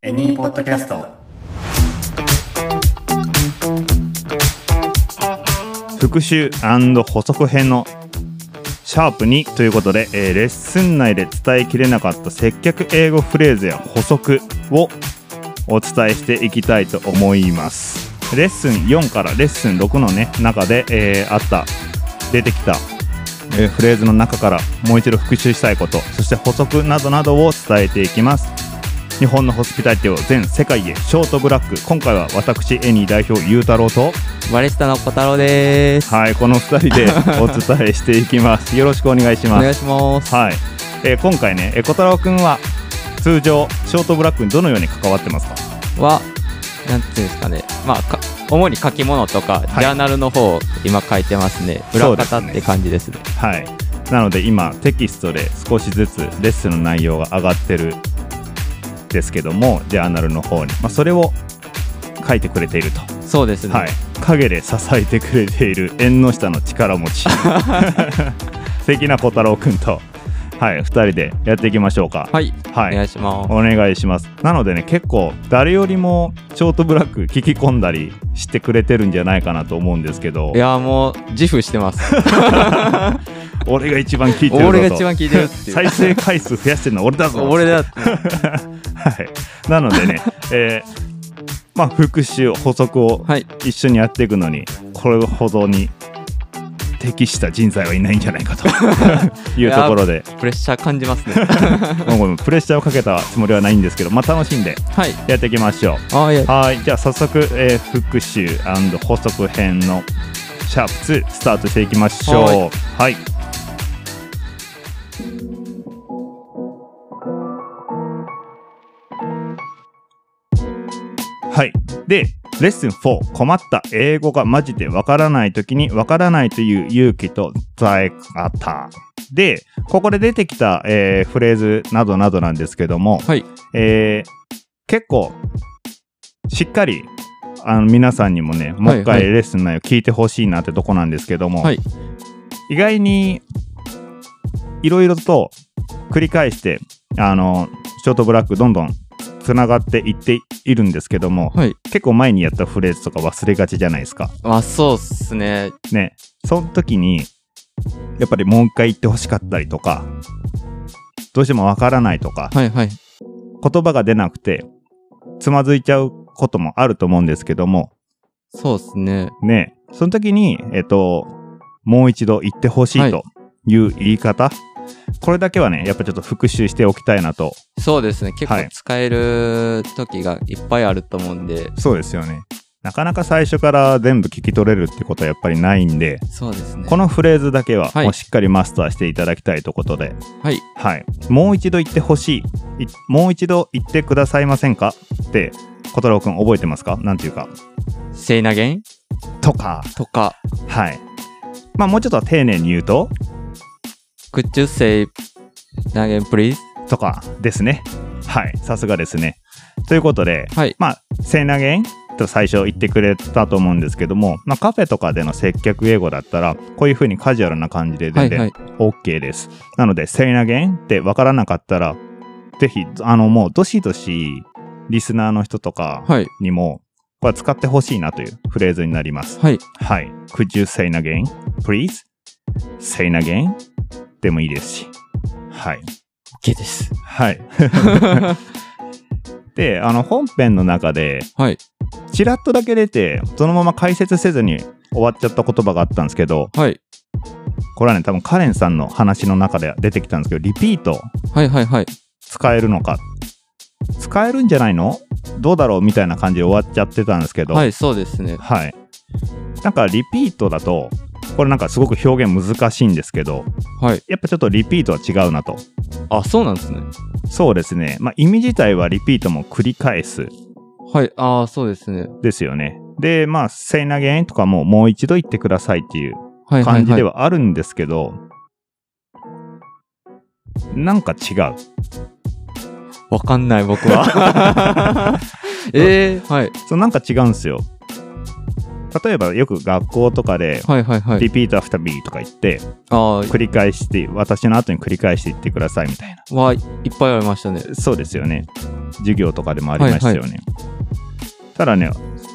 エニーポッドキャスト復習&補足編のシャープ2ということで、レッスン内で伝えきれなかった接客英語フレーズや補足をお伝えしていきたいと思います。レッスン4からレッスン6のね中で、出てきた、フレーズの中からもう一度復習したいこと、そして補足などなどを伝えていきます。日本のホスピタリティを全世界へ、ショートブラック。今回は私エニー代表ゆうたろうとバリスタの小太郎です。 はい、この2人でお伝えしていきます。よろしくお願いします。 お願いします。 はい、今回ね、小太郎くんは通常ショートブラックにどのように関わってますか？ はなんていうんですかね、主に書き物とか、ジャーナルの方を今書いてますね。裏方って感じですね。 はい、なので今テキストで少しずつレッスンの内容が上がってるですけども、ジャーナルの方に、それを書いてくれていると。 そうですね、 はい、陰で支えてくれている縁の下の力持ち素敵な小太郎くんと、2人でやっていきましょうか。 はい、お願いします。 お願いします。なのでね、結構誰よりもショートブラック聞き込んだりしてくれてるんじゃないかなと思うんですけど。 いやもう自負してます俺が一番聞いてるぞと。 俺が一番聞いてるっていう再生回数増やしてるのは俺だぞ俺だってはい、なのでね、復習補足を一緒にやっていくのに、これほどに適した人材はいないんじゃないかというところでプレッシャー感じますねもうプレッシャーをかけたつもりはないんですけど、楽しんでやっていきましょう。はい、じゃあ早速、復習&補足編のシャープ2スタートしていきましょう。はい、はい。で、レッスン4、困った英語がマジでわからないときにわからないという勇気と伝え方。で、ここで出てきた、フレーズなどなどなんですけども、結構しっかり皆さんにもね、もう一回レッスン内容聞いてほしいなってとこなんですけども、意外にいろいろと繰り返してショートブラックどんどんつながっていっているんですけども、結構前にやったフレーズとか忘れがちじゃないですか。 そうっすね。 その時にやっぱりもう一回言ってほしかったりとか、どうしてもわからないとか、言葉が出なくてつまずいちゃうこともあると思うんですけども、 そうですね。 その時にもう一度言ってほしいという言い方、これだけはね、やっぱちょっと復習しておきたいなと。 そうですね、結構使える時がいっぱいあると思うんで。 そうですよね。なかなか最初から全部聞き取れるってことはやっぱりないんで、 そうですね、 このフレーズだけはもうしっかりマスターしていただきたいということで、もう一度言ってほしい、もう一度言ってくださいませんかって小太郎くん覚えてますか？なんていうか、 Say it again とか、もうちょっと丁寧に言うと Could you say again please? とかですね。さすがですね。ということで、say again と最初言ってくれたと思うんですけども、カフェとかでの接客英語だったらこういう風にカジュアルな感じで全然 OK です。なので say again って分からなかったら、ぜひもうどしどしリスナーの人とかにもこれ使ってほしいなというフレーズになります。Could you say again please? say againでもいいですし、 OK です。 で、本編の中でちらっとだけ出てそのまま解説せずに終わっちゃった言葉があったんですけど、これはね、多分カレンさんの話の中で出てきたんですけど、リピート使えるのか、使えるんじゃないの、どうだろうみたいな感じで終わっちゃってたんですけど、 そうですね。 なんかリピートだとこれなんかすごく表現難しいんですけど、やっぱちょっとリピートは違うなと。 そうなんですね。 そうですね。意味自体はリピートも繰り返す。 そうですね。 ですよね。で、say again とかもう一度言ってくださいっていう感じではあるんですけど、なんか違う。 わかんない僕は。そうなんか違うんですよ。 例えばよく学校とかで、 はいはいはい。 リピートアフタービーとか言って、 あ繰り返して、私の後に繰り返して言ってくださいみたいな。 いっぱいありましたね。 そうですよね。授業とかでもありましたよね。 はいただね、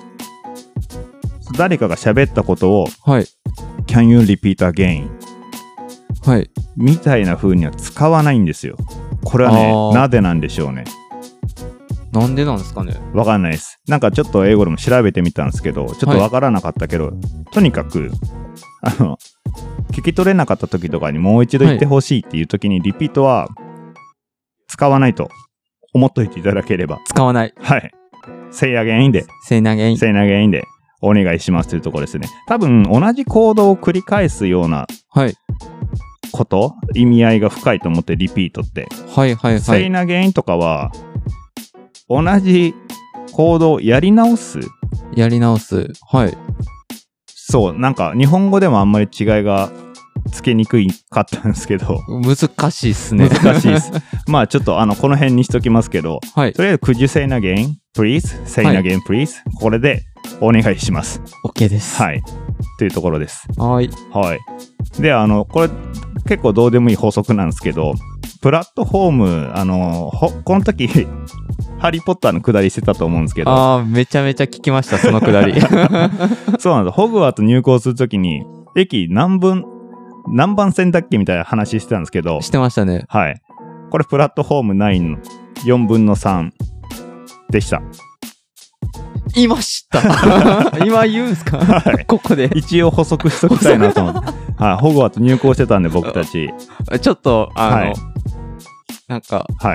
誰かが喋ったことを、 はい。 Can you repeat again? はい。 みたいな風には使わないんですよ。これはね、なぜなんでしょうね。 なんでなんですかね。 わかんないです。なんかちょっと英語でも調べてみたんですけど、ちょっとわからなかったけど、とにかく、聞き取れなかった時とかにもう一度言ってほしいっていう時に、リピートは使わないと思っといていただければ。 使わない。 はい。Say again で。 Say again。 Say again でお願いしますというところですね。多分同じ行動を繰り返すようなこと、意味合いが深いと思って、リピートって。 はいはいはい。 Say again とかは、同じ行動をやり直す。 やり直す。はい。 そう、なんか日本語でもあんまり違いがつけにくかったんですけど。 難しいっすね。 難しいです。まあちょっとこの辺にしときますけど、 はい。 とりあえず、Could you say again, please? Say again, please? これでお願いします。 OK です。 はい。というところです。 はい。 はい。で、これ結構どうでもいい法則なんですけど、プラットフォーム、この時、ハリーポッターの下りしてたと思うんですけど。 めちゃめちゃ聞きました、その下り。 そうなんです。ホグワーツ入校するときに、駅何番線だっけみたいな話してたんですけど。 してましたね。 はい。これプラットフォーム9の4分の3でした。 言いました今言うんすか、はい、ここで一応補足しときたいなと思ってはい、ホグワーツ入校してたんで僕たちちょっとはい、なんか、 はい、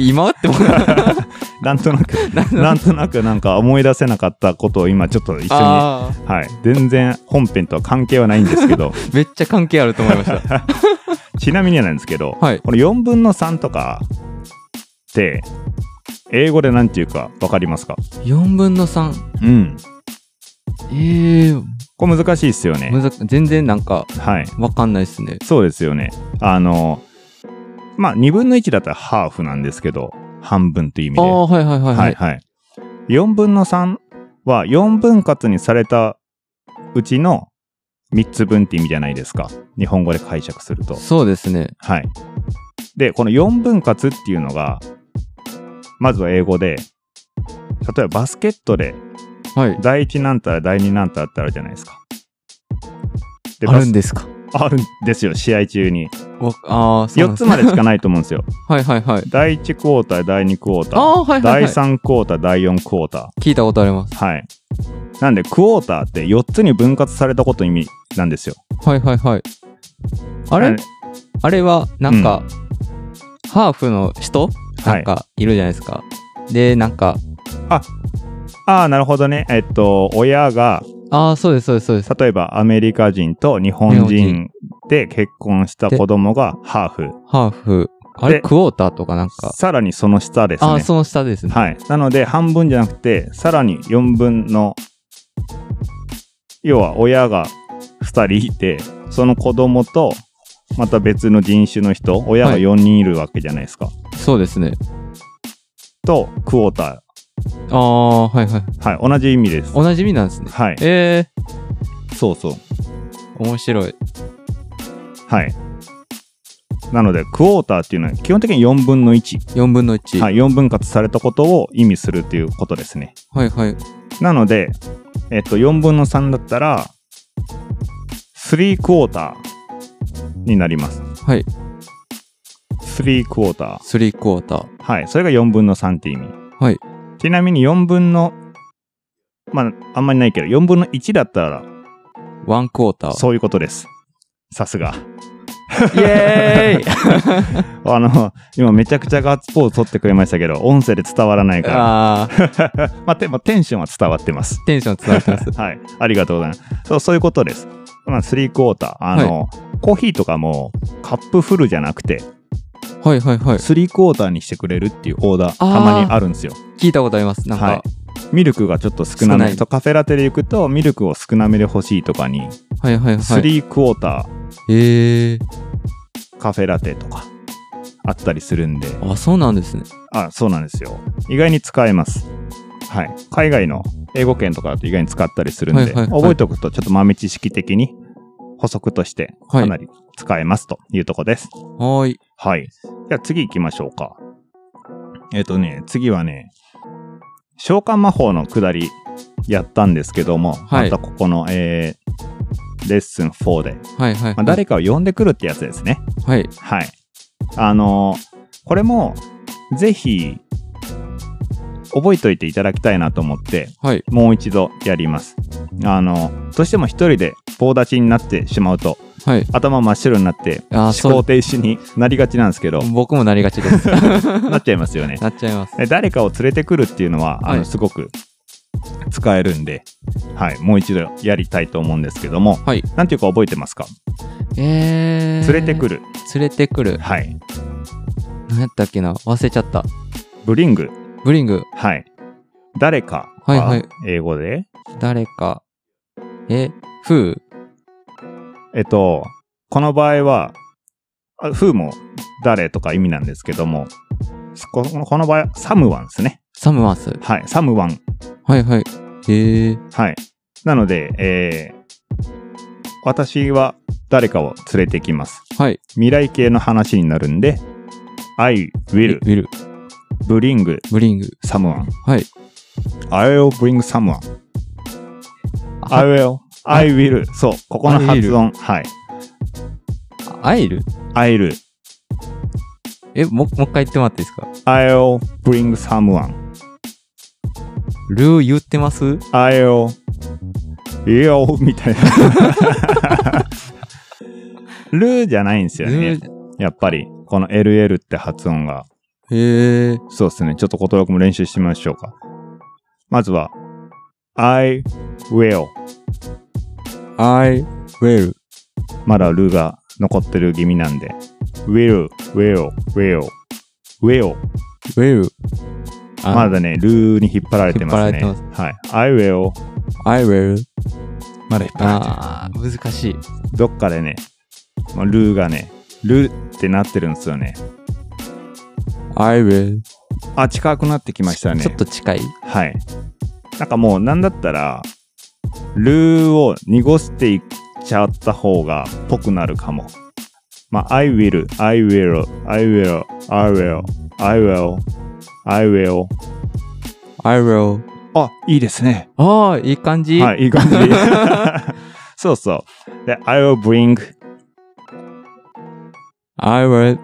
今ってもなんとなくなんか思い出せなかったことを今ちょっと一緒にはい、全然本編とは関係はないんですけどめっちゃ関係あると思いましたちなみになんですけど、 はい、 この4分の3とかって英語でなんていうか分かりますか？ 4分の 3。 うん。 これ難しいっすよね。 全然なんか分かんないっすね。 そうですよね。まあ2分の1だったらハーフなんですけど、半分という意味で。 はいはいはいはい。 はい。4分の3は4分割にされたうちの3つ分って意味じゃないですか。日本語で解釈すると。 そうですね。 はい。で、この4分割っていうのが、まずは英語で、例えばバスケットで、第1なんたら第2なんたらってあるじゃないですか。 であるんですか？ あるんですよ、試合中に。 4 つまでしかないと思うんですよ。 はいはいはい。 第1クォーター、第2クォーター、第3クォーター、第4クォーター。 聞いたことあります。 はい。なんで、クォーターって4つに分割されたことの意味なんですよ。 はいはいはい。あれは、なんか、ハーフの人なんかいるじゃないですか。で、なんか。 なるほどね。親が、 そうですそうですそうです。 例えばアメリカ人と日本人で結婚した子供がハーフ。 ハーフ。あれクォーターとかなんか。 さらにその下ですね。 その下ですね。 はい。なので半分じゃなくて、さらに4分の、要は親が2人いて、その子供と、また別の人種の人、親が4人いるわけじゃないですか。 そうですね。 と、クォーター。 はいはい。 はい、同じ意味です。 同じ意味なんですね。 はい。そうそう。 面白い。 はい。なので、クォーターっていうのは基本的に4分の1。 4分の1。 はい、4分割されたことを意味するっていうことですね。 はいはい。 なので、4分の3だったら、3クォーターになります。 はい。 3クォーター。 3クォーター。 はい。それが4分の3って意味。 はい。 ちなみに4分の、まあ、あんまりないけど、4分の1だったら、 1クォーター。 そういうことです。さすが。 イエーイ今めちゃくちゃガッツポーズ取ってくれましたけど、音声で伝わらないから。まあ、テンションは伝わってます。 テンション伝わってます。 はい。ありがとうございます。そういうことです。まあ、3クォーター。コーヒーとかも、カップフルじゃなくて、 はいはいはい。 3クォーターにしてくれるっていうオーダー、たまにあるんですよ。 聞いたことあります。なんか、はい、 ミルクがちょっと少なめ。カフェラテで行くと、ミルクを少なめで欲しいとかに、 はいはいはい。 3クォーター。 カフェラテとか、あったりするんで。 そうなんですね。 そうなんですよ。意外に使えます。はい。海外の英語圏とかだと意外に使ったりするんで、 はいはいはい覚えておくとちょっと豆知識的に補足としてかなり使えますというとこです。 はい。 はい。じゃあ次行きましょうか。次はね、召喚魔法の下りやったんですけども、 はいまたここの、レッスン4で、 はいはい。 まあ、誰かを呼んでくるってやつですね。 はい。 はい。これも、ぜひ、覚えておいていただきたいなと思って、 はい。 もう一度やります。どうしても一人で棒立ちになってしまうと、 はい。 頭真っ白になって、思考停止になりがちなんですけど、 僕もなりがちです。 なっちゃいますよね。 なっちゃいます。 誰かを連れてくるっていうのは、 はいすごく使えるんで、はい、もう一度やりたいと思うんですけども、 はい。 なんていうか覚えてますか？連れてくる。 連れてくる。 はい。 何やったっけな、忘れちゃった。 ブリング。 ブリング。 はい。誰かはいはいは英語で、 誰か。フこの場合は、who も誰とか意味なんですけども、この場合はサムワンですね。 サムワンス。 はい。サムワン。 はいはい。へえ。 はい。なので、私は誰かを連れてきます。 はい。 未来系の話になるんで、I will ウィル。 bring ブリング。 someone. はい。 I will bring someone. I will. そう。ここの発音。はい。 アイル。 I'll. もう一回言ってもらっていいですか？ I'll bring someone. ルー言ってます？ I'll. よみたいな。ルーじゃないんですよね。やっぱり、この LL って発音が。 へえ。 そうですね。ちょっとことろくも練習してみましょうか。まずは、I will. I will. まだルーが残ってる気味なんで。will. will. まだね、ルーに引っ張られてますね。 引っ張られてはい。I will. I will. まだ引っ張られてる。 あー、難しい。 どっかでね、ルーがね、ルーってなってるんですよね。 I will. あ、近くなってきましたね。 ちょっと近い。 はい。なんかもう、なんだったら、ルーを濁していっちゃった方が、ぽくなるかも。まあ、I will. あ、いいですね。 ああ、いい感じ。 はい、いい感じ。そうそう。で、I will bring. I will.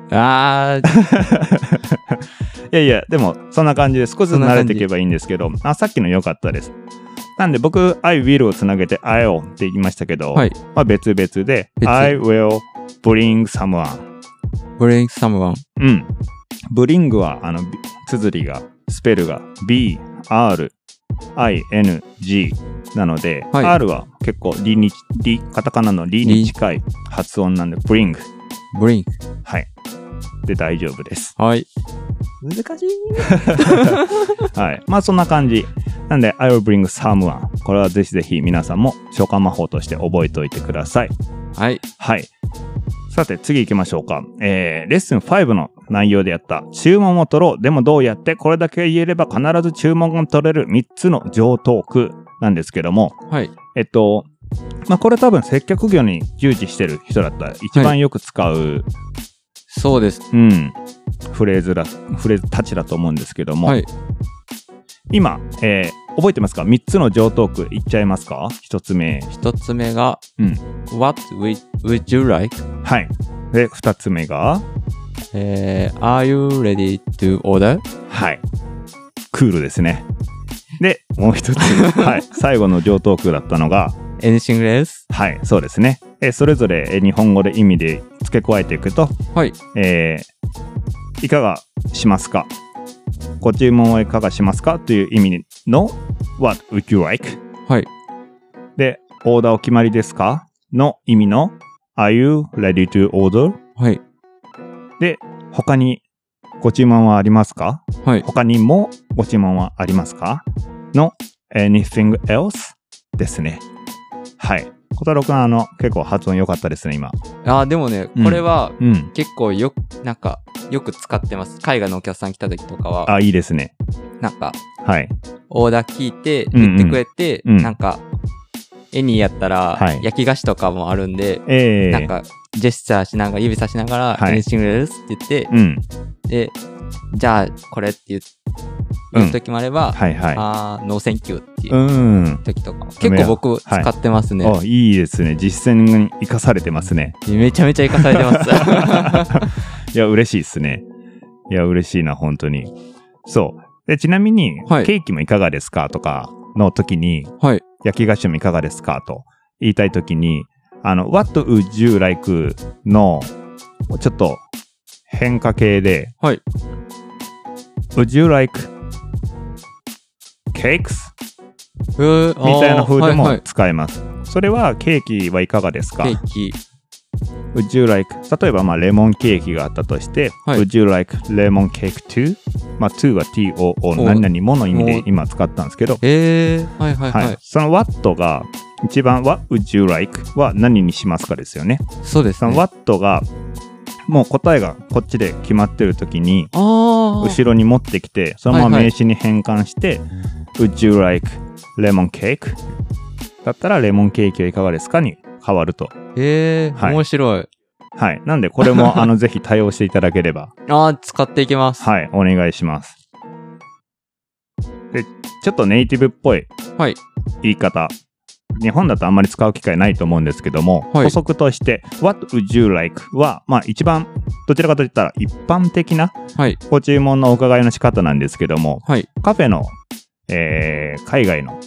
いやいや、でも、そんな感じで少しずつ慣れていけばいいんですけど、さっきの良かったです。なんで僕、I will をつなげて I'll って言いましたけど、 はい。 まあ別々で、I will bring someone. bring someone. うん。bring は、綴りが、スペルが B, R, I, N, G なので、 はい、 R は結構カタカナのリに近い発音なんで、bring. bring. はい。で大丈夫です。 はい。 難しい。はい。まあそんな感じ。なんで、I will bring someone. これはぜひぜひ皆さんも召喚魔法として覚えておいてください。 はい。 はい。さて次行きましょうか。レッスン5の内容でやった注文を取ろう。でもどうやってこれだけ言えれば必ず注文が取れる3つの常套句なんですけども。 はい。 まあこれ多分接客業に従事してる人だったら一番よく使う、はい、 そうです。 うん。フレーズたちだと思うんですけども。はい。今、覚えてますか？ 3 つの常套句言っちゃいますか？1つ目。 1つ目が、What would you like? はい。で、2つ目が、 Are you ready to order? はい。クールですね。で、もう一つ。はい。最後の常套句だったのが、 Anything else? はい。そうですね。それぞれ日本語で意味で付け加えていくと、 はい。 いかがしますか？ご注文はいかがしますかという意味の What would you like? はい。 で、オーダーお決まりですかの意味の Are you ready to order? はい。 で、他にご注文はありますか？ はい。 他にもご注文はありますかの Anything else? ですね。はい。小太郎くん結構発音良かったですね、今。 でもね、これは、 うん、 結構よく使ってます。海外のお客さん来た時とかは。 いいですね。 なんか、 はい。 オーダー聞いて、言ってくれて、 うんうんなんか、エニーやったら、 はい焼き菓子とかもあるんで、なんか、ジェスチャーしながら、指さしながら、 はい anything else? って言って、 うん。 で、じゃあ、これって言う時もあれば、 はいはノーセンキューっていい。う。 うん時とかも。結構僕、使ってますね。 あ、いいですね。実践に生かされてますね。 めちゃめちゃ活かされてます。 いや、嬉しいですね。いや、嬉しいな、本当に。そう。で、ちなみに、 はいケーキもいかがですかとかの時に、 はい。 焼き菓子もいかがですかと言いたい時に、What would you like の、ちょっと変化系で、 はい。 Would you like cakes? みたいな風でもはいはい使えます。それは、ケーキはいかがですかケーキ。 Would you like 例えばレモンケーキがあったとして、 はい Would you like lemon cake too? to は to 何々もの意味で今使ったんですけど、 はいはいはい。 その what が一番 What would you like は何にしますかですよね。そのそうですね。 what がもう答えがこっちで決まってる時に後ろに持ってきてそのまま名詞に変換して、Would you like lemon cake? だったらレモンケーキはいかがですかに変わると。はい面白い。 はい。なんでこれもぜひ対応していただければ。 使っていきます。 はい。お願いします。で、ちょっとネイティブっぽいはい。 言い方。日本だとあんまり使う機会ないと思うんですけども、 はい補足として、What would you like? は、一番、どちらかといったら一般的なはい。 ご注文のお伺いの仕方なんですけども、 はい。 カフェの、海外の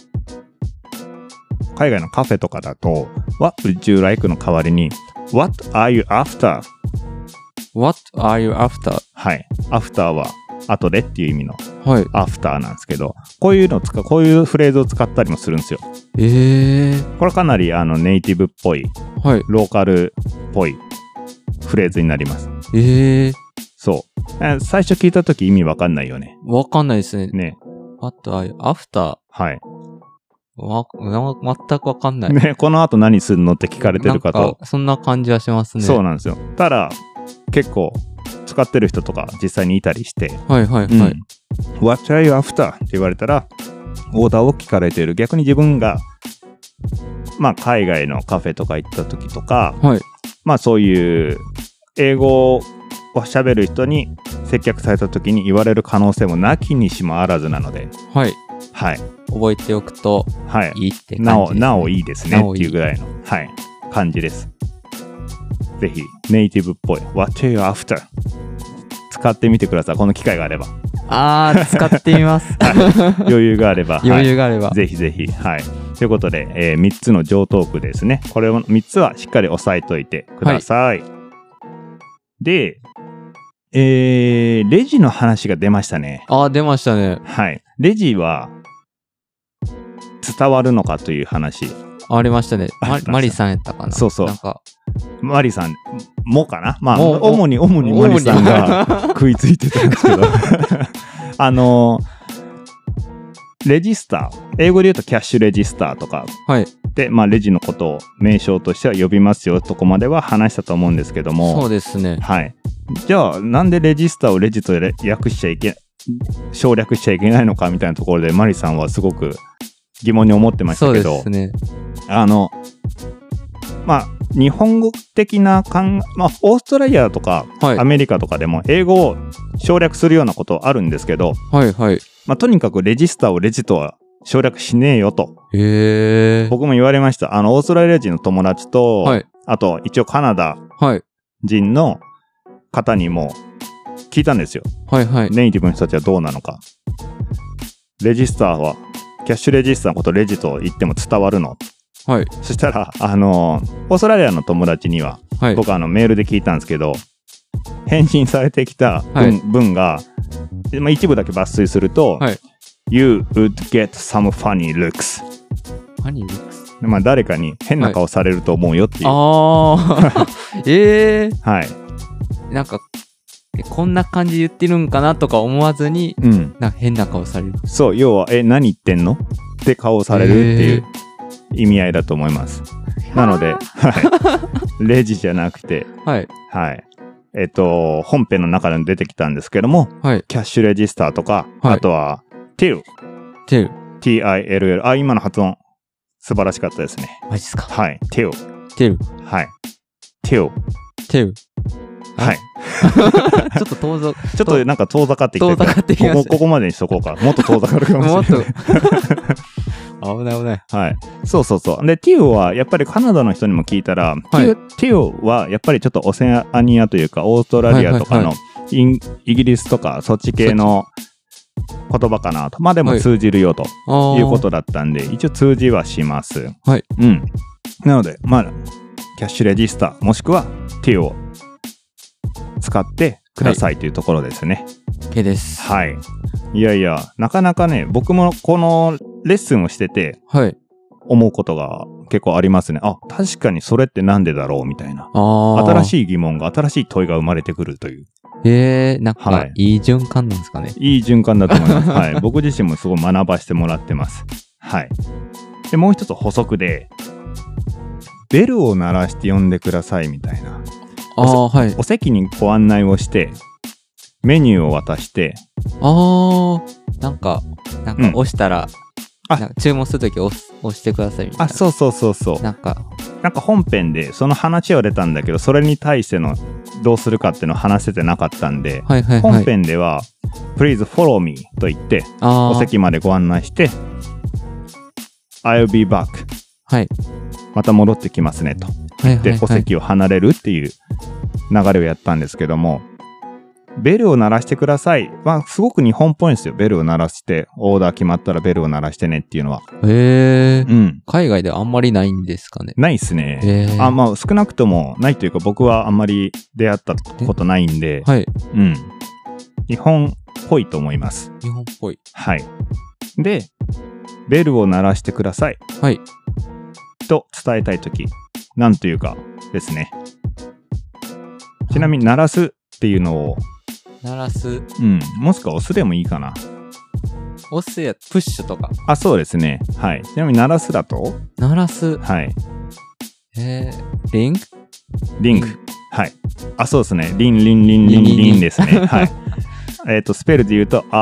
カフェとかだと、What would you like? の代わりに、What are you after? What are you after? はい。after は後でっていう意味のはい。 after なんですけど、こういうフレーズを使ったりもするんですよ。これかなりネイティブっぽい、 はい。 ローカルっぽいフレーズになります。そう。最初聞いたとき意味わかんないよね。 わかんないですね。 ね。 What are you after? はい。 全くわかんない。 ね、この後何するのって聞かれてるかと。 そんな感じはしますね。 そうなんですよ。ただ、結構、使ってる人とか実際にいたりして、 はいはいはい。 What are you after? って言われたら、オーダーを聞かれている。逆に自分が、海外のカフェとか行った時とか、 はい。 そういう英語を喋る人に接客された時に言われる可能性もなきにしもあらずなので、 はい。 はい。 覚えておくとはい。 いいって感じですね。 なおいいですねっていうぐらいの、はい、感じです。ぜひ、ネイティブっぽい。What are you after? 使ってみてください。この機会があれば。 使ってみます。 余裕があれば。 余裕があれば。 ぜひぜひ。はい。ということで、3つの常套句ですね。これを3つはしっかり押さえといてください。で、レジの話が出ましたね。 出ましたね。 はい。レジは伝わるのかという話。 ありましたね。マリさんやったかな。 そうそう。 なんかマリさんもかな。主にマリさんが食いついてたんですけど。レジスター。英語で言うとキャッシュレジスターとか。 はい。 で、レジのことを名称としては呼びますよとこまでは話したと思うんですけども。 そうですね。 はい。じゃあ、なんでレジスターをレジと省略しちゃいけないのかみたいなところで、マリさんはすごく疑問に思ってましたけど。 そうですね。 日本語的なオーストラリアとか、アメリカとかでも英語を省略するようなことあるんですけど、 はいはい。 とにかくレジスターをレジとは省略しねえよと。僕も言われました。オーストラリア人の友達と、 はい、 あと一応カナダ人の方にも聞いたんですよ。 はいはい。 ネイティブの人たちはどうなのか。レジスターは、キャッシュレジスターのことをレジと言っても伝わるの？ はい。 そしたら、オーストラリアの友達には、 はい、 僕メールで聞いたんですけど、返信されてきた文が、一部だけ抜粋すると、はい、You would get some funny looks. Funny looks? 誰かに変な顔されると思うよっていう。 はい、 はい。 なんか、こんな感じで言ってるんかなとか思わずに、なんか変な顔される。 そう、要は、何言ってんのって顔されるっていう意味合いだと思います。なので、はい。レジじゃなくて、 はい。 はい。本編の中でも出てきたんですけども、 はい、 キャッシュレジスターとか、はい、あとは、 till。 till。 till。あ、今の発音、素晴らしかったですね。 マジっすか。 はい。till。 till。 はい。till。 till。 はい。 ちょっと遠ざ、 ちょっとなんか遠ざかってきて遠ざかってきました。 ここまでにしとこうか。もっと遠ざかるかもしれない。 もっと。危ない危ない。 はい。そうそうそう。で、ティオはやっぱりカナダの人にも聞いたら、ティオはやっぱりちょっとオセアニアというか、オーストラリアとかのイギリスとかそっち系の言葉かなと。まあでも通じるよということだったんで、一応通じはします。 はい。 うん。なので、まあ、キャッシュレジスターもしくはティオを使ってくださいというところですね。 OK です。 はい。いやいや、なかなかね、僕もこのレッスンをしてて、 はい。 思うことが結構ありますね。あ、確かにそれってなんでだろうみたいな。新しい疑問が、新しい問いが生まれてくるという。 なんか、いい循環なんですかね。 いい循環だと思います。はい。僕自身もすごい学ばせてもらってます。はい。で、もう一つ補足で、ベルを鳴らして呼んでくださいみたいな。 はい。 お席にご案内をして、メニューを渡して。 なんか押したら、なんか注文するとき押してくださいみたいな。 そうそうそうそう。 なんか本編でその話は出たんだけど、それに対してのどうするかっていうのを話せてなかったんで、 はいはいはい、 本編では Please follow me と言ってお席までご案内して I'll be back、 はい、 また戻ってきますねと言ってお席を離れるっていう流れをやったんですけども、ベルを鳴らしてくださいはすごく日本っぽいんですよ。ベルを鳴らしてオーダー決まったらベルを鳴らしてねっていうのは。 うん、海外ではあんまりないんですかね。 ないっすね。まあ少なくともないというか、僕はあんまり出会ったことないんで、 はい、 うん、日本っぽいと思います。 日本っぽい。 はい。で、ベルを鳴らしてください。 はい。 と伝えたいとき、なんというかですね。ちなみに鳴らすっていうのを鳴らす。 もしくは押すでもいいかな。 押すや、プッシュとか。 そうですね。はい。ちなみに鳴らすだと鳴らす。 はい。 リンク。 はい。そうですね。リンですね。はい。スペルで言うと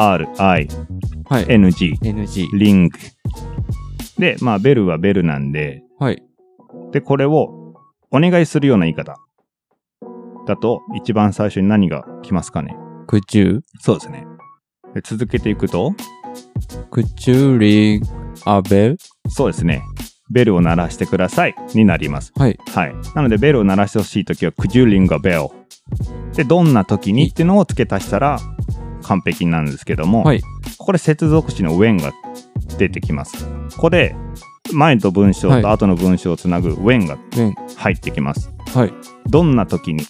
R-I-N-G。リング。で、まあ、ベルはベルなんで、 はい。 で、これをお願いするような言い方だと、一番最初に何が来ますかね。 Could you? そうですね。で、続けていくと Could you ring a bell? そうですね。ベルを鳴らしてくださいになります。 はい。 はい。なので、ベルを鳴らしてほしいときは Could you ring a bell? で、どんなときにっていうのを付け足したら完璧なんですけども、 はい。 ここで接続詞の when が出てきます。ここで前と文章と後の文章をつなぐ when が入ってきます。 はい。 どんなときに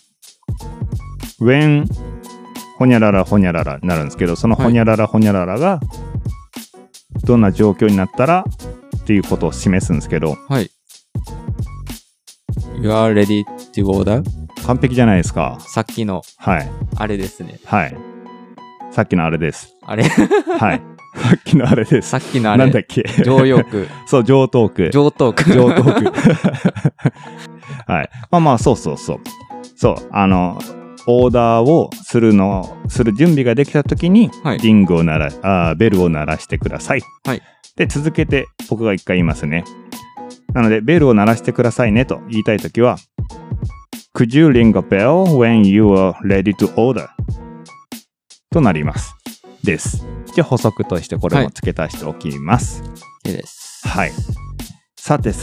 when ほにゃららほにゃららになるんですけど、そのほにゃららほにゃららがどんな状況になったらっていうことを示すんですけど、 はい。You are ready to order? 完璧じゃないですか。 さっきの、 はい。 あれですね。 はい。さっきのあれです。 あれはい。さっきのあれです。 さっきのあれ。 なんだっけ。 常用句。 そう、常套句。 常套句。 常套句。はい。まあ、そうそうそう。そう、オーダーをする準備ができたときに、 はい、 リングをベルを鳴らしてください。 はい。 で、続けて僕が一回言いますね。なので、ベルを鳴らしてくださいねと言いたいときは、Could you ring a bell when you are ready to order? となります。です。じゃあ補足としてこれも付け足しておきます。 はい、です。 はい。さて、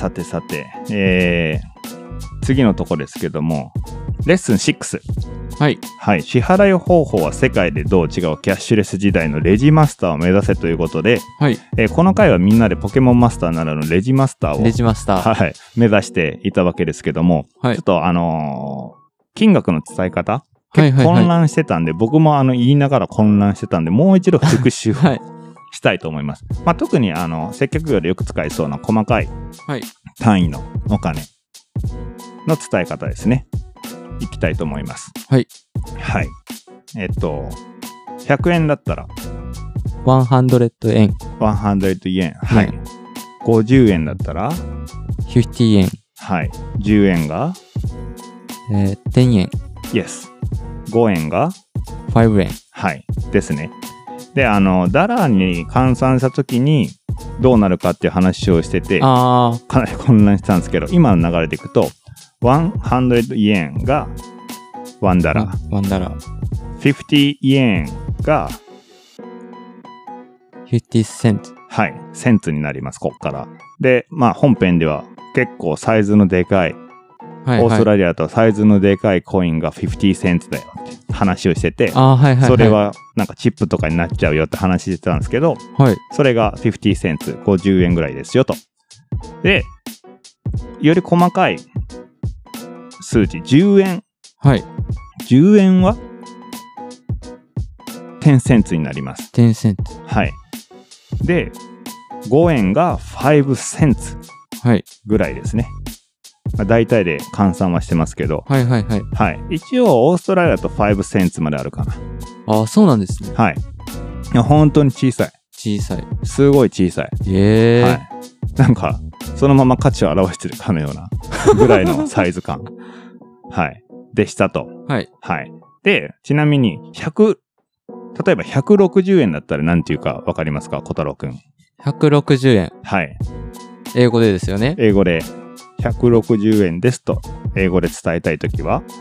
次のとこですけども、レッスン6。 はい。 はい。支払い方法は世界でどう違うキャッシュレス時代のレジマスターを目指せということで、 はい。 この回はみんなでポケモンマスターならぬレジマスターをはい、目指していたわけですけども、はい、ちょっと金額の伝え方結構混乱してたんで、僕も言いながら混乱してたんで、もう一度復習をしたいと思います。まあ、特に接客業でよく使いそうな細かい単位のお金の伝え方ですね。いきたいと思います。 はい。 はい。100円だったら 100円。 100円。はい。50円だったら 50円。 はい。10円が 10円。 Yes。5円が 5円。 はい。ですね。 で、ダラーに換算したときにどうなるかっていう話をしてて、かなり混乱したんですけど、今の流れでいくと、100イエンが1ダラー。 1ダラー。 50イエンが 50セント。 はい、センツになります、こっから。で、まあ本編では結構サイズのでかい、オーストラリアとサイズのでかいコインが50センツだよって話をしてて、それはなんかチップとかになっちゃうよって話してたんですけど、それが50センツ、50円ぐらいですよと。で、より細かい数値、10円。10円は10センツになります。 10センツ。 はい。で、5円が5センツぐらいですね。まあ、大体で換算はしてますけど。はい。一応、オーストラリアだと5センツまであるかな。 そうなんですね。 はい。いや、本当に小さい。すごい小さい。はい。なんか、そのまま価値を表してるかのようなぐらいのサイズ感。はい。でしたと。はい。で、ちなみに、例えば160円だったら何て言うか分かりますか、小太郎くん。 160円。 はい。 英語でですよね。 英語で。160円ですと、英語で伝えたいときは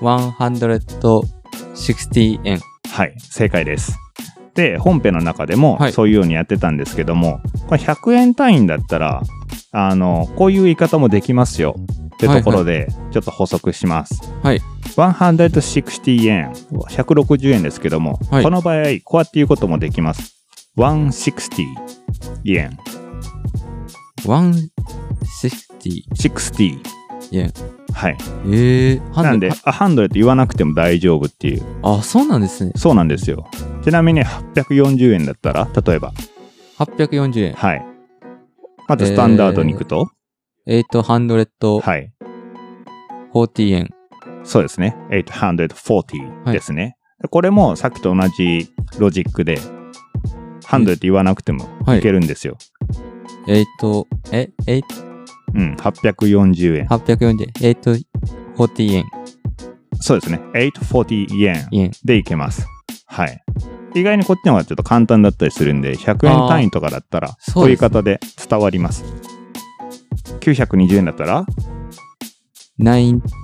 160円。 はい、正解です。で、本編の中でもそういうようにやってたんですけども、これ100円単位だったら、こういう言い方もできますよってところで、ちょっと補足します。はい。160円、160円ですけども、この場合、こうやって言うこともできます。160円。60円。はい。なんで、100って言わなくても大丈夫っていう。 そうなんですね。 そうなんですよ。ちなみに840円だったら、例えば。 840円。 はい。まずスタンダードに行くと。 840。はい。40円。 そうですね。840ですね。これもさっきと同じロジックで、100って言わなくてもいけるんですよ。840円。 840円。40円。 そうですね。840円でいけます。はい。意外にこっちの方がちょっと簡単だったりするんで、100円単位とかだったら、こういう言い方で伝わります。920円だったらじゃあ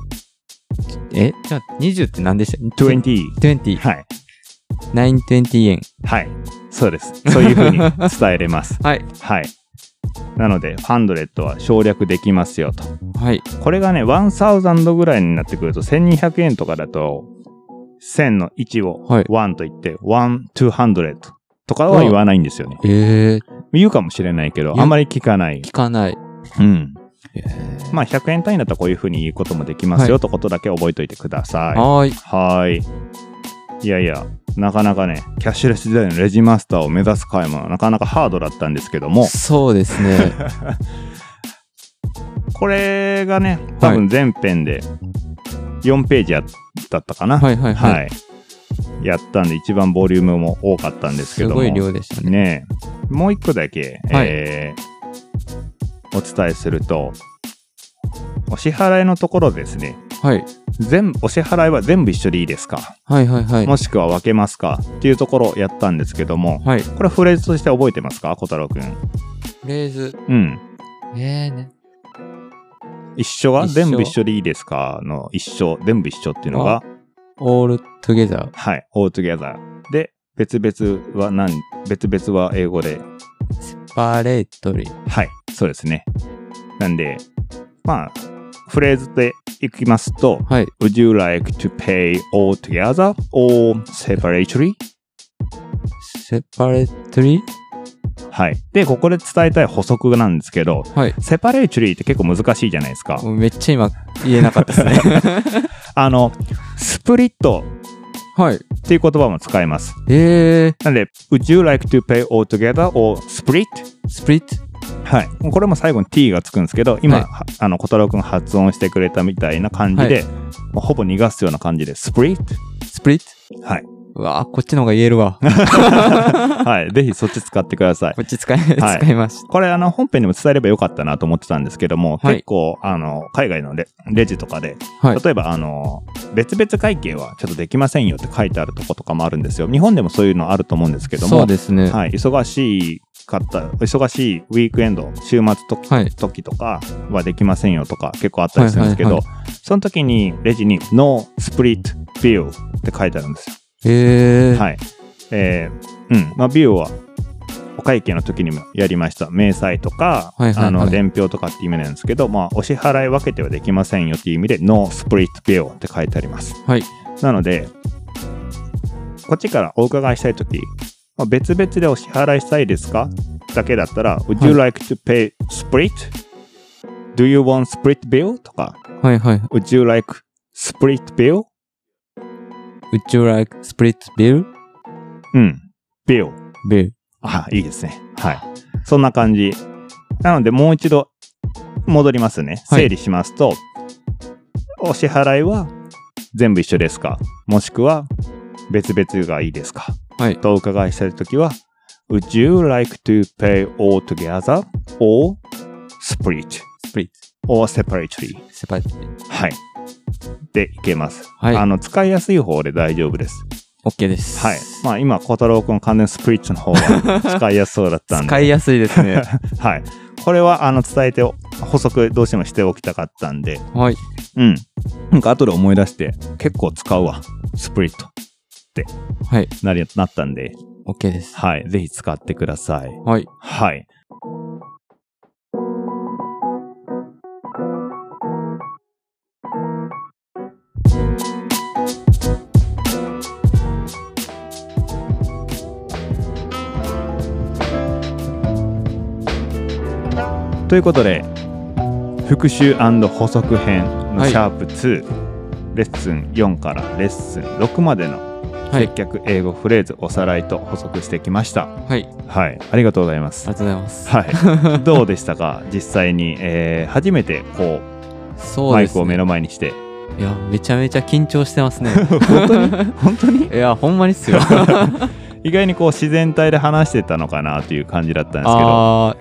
20って何でした ?20。 はい。 920円。 はい。そうです。そういう風に伝えれます。はい。はい。なので、100は省略できますよと。はい。これがね、1000ぐらいになってくると、1200円とかだと、1000の1を1と言って、200とかは言わないんですよね。言うかもしれないけど、あんまり聞かない。うん。まあ、100円単位だったらこういう風に言うこともできますよとことだけ覚えておいてください。はい。いやいや、なかなかね、キャッシュレス時代のレジマスターを目指す回もなかなかハードだったんですけども。 そうですね。 これがね、多分全編で4ページだったかな。はい。やったんで一番ボリュームも多かったんですけども。 すごい量でしたね。 もう一個だけ、お伝えすると、お支払いのところですね。はい。お支払いは全部一緒でいいですか？もしくは分けますか？っていうところをやったんですけども、これフレーズとして覚えてますか？小太郎くん。フレーズ。 ね。一緒は全部一緒でいいですか？の一緒、全部一緒っていうのが、 all together。 はい、all together。で、別々は英語で、 separately。 はい、そうですね。なんで、まあ、フレーズでいきますと、Would you like to pay all together or separately? Separately? はい。で、ここで伝えたい補足なんですけど、separately って結構難しいじゃないですか。 めっちゃ今言えなかったですね。 スプリットっていう言葉も使えます。なんで、Would you like to pay all together or split? はい。これも最後に t がつくんですけど、今、小太郎くん発音してくれたみたいな感じで、ほぼ逃がすような感じで、スプリット。はい。 うわこっちの方が言えるわ。 はい。ぜひそっち使ってください。 こっち使いました。 これ本編でも伝えればよかったなと思ってたんですけども、 はい結構海外のレジとかで、 はい。 例えば別々会計はちょっとできませんよって書いてあるとことかもあるんですよ。日本でもそういうのあると思うんですけども、 そうですね。 はい、忙しいウィークエンド、週末はい時とかはできませんよとか結構あったりするんですけど、 はいはいその時にレジに No Split Bill って書いてあるんですよ。はい。まあ、ビューはお会計の時にもやりました。明細とか、 はいはいはい伝票とかって意味なんですけど、まあ、お支払い分けてはできませんよっていう意味で No Split Bill って書いてあります。 はい。 なので、こっちからお伺いしたい時、まあ、別々でお支払いしたいですかだけだったら、Would you like to pay split?Do you want split bill? とか、 はいはい。 Would you like split bill? Would you like split bill? bill。 bill。 あ、いいですね。はい。そんな感じ。なので、もう一度戻りますね。 はい整理しますと、お支払いは全部一緒ですか？もしくは別々がいいですか？ はい。 とお伺いしたいときは、Would you like to pay all together or split split。 or separately? セパレート。 はい。で、いけます。 はい。 使いやすい方で大丈夫です。 OK です。 はい。まあ今、小太郎くん完全スプリッツの方が使いやすそうだったんで。 使いやすいですね。 はい。これは伝えて補足どうしてもしておきたかったんで、 はい。 なんか後で思い出して結構使うわ、スプリットはい。 なったんで、 OK です。 はい。ぜひ使ってください。 はい。 はい。ということで、復習&補足編のシャープ2、レッスン4からレッスン6までの接客英語フレーズおさらいと補足してきました。 はい。 はい。ありがとうございます。 ありがとうございます。 はい。どうでしたか実際に、初めてこう、 そうですね。 マイクを目の前にして。 いや、めちゃめちゃ緊張してますね。 本当に本当にいや、ほんまにっすよ。 意外にこう自然体で話してたのかなという感じだったんですけど。はい。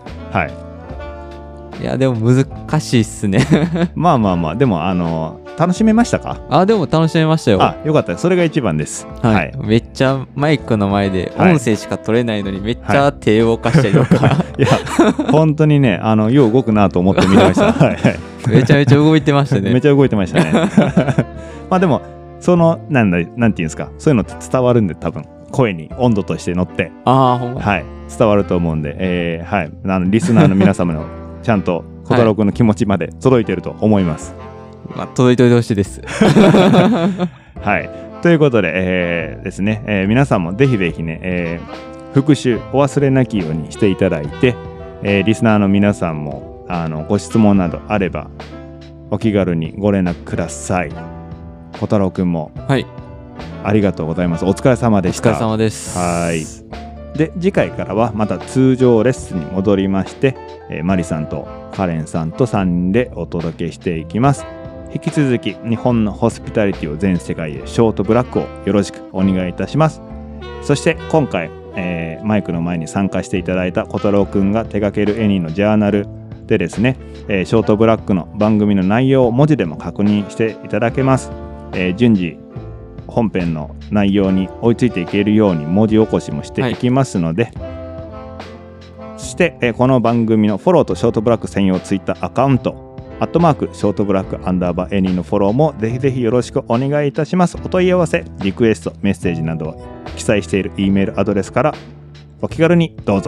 いや、でも難しいっすね。 まあまあまあ、でも楽しめましたか？ でも楽しめましたよ。 よかった。それが一番です。 はい。めっちゃマイクの前で音声しか取れないのにめっちゃ手を動かしたりとか。 いや、本当にね、よう動くなと思って見てました。はいはい。 めちゃめちゃ動いてましたね。 めっちゃ動いてましたね。まあでも、なんていうんですか、そういうのって伝わるんで、多分、声に温度として乗って、 ほんま。 はい、伝わると思うんで、はい、リスナーの皆様の、ちゃんと小太郎くんの気持ちまで届いてると思います。 届いておいてほしいです。 はい。ということで、ですね、皆さんもぜひぜひね、復習お忘れなきようにしていただいて、リスナーの皆さんもご質問などあればお気軽にご連絡ください。小太郎くんも、 はい、 ありがとうございます。お疲れ様でした。 お疲れ様です。 はい。で、次回からはまた通常レッスンに戻りまして、マリさんとカレンさんと3人でお届けしていきます。引き続き日本のホスピタリティを全世界へショートブラックをよろしくお願いいたします。そして今回、マイクの前に参加していただいた小太郎くんが手掛けるエニーのジャーナルでですね、ショートブラックの番組の内容を文字でも確認していただけます。順次本編の内容に追いついていけるように文字起こしもしていきますので、そして、この番組のフォローとショートブラック専用ツイッターアカウントショートブラック_エニーのフォローもぜひぜひよろしくお願いいたします。お問い合わせ、リクエスト、メッセージなどは記載している E メールアドレスからお気軽にどうぞ。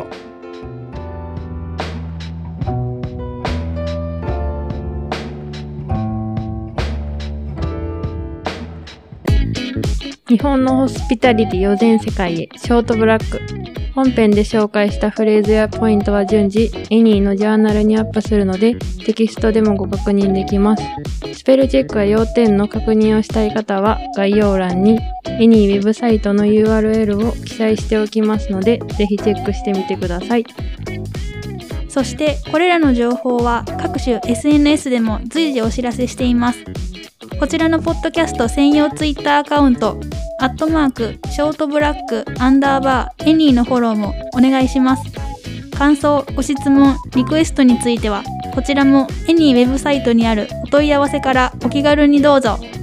日本のホスピタリティを全世界へショートブラック。本編で紹介したフレーズやポイントは順次エニーのジャーナルにアップするのでテキストでもご確認できます。スペルチェックや要点の確認をしたい方は概要欄にエニーウェブサイトの URL を記載しておきますのでぜひチェックしてみてください。 そしてこれらの情報は各種 SNS でも随時お知らせしています。こちらのポッドキャスト専用ツイッターアカウントショートブラック_any のフォローもお願いします。感想、ご質問、リクエストについては、こちらもanyウェブサイトにあるお問い合わせからお気軽にどうぞ。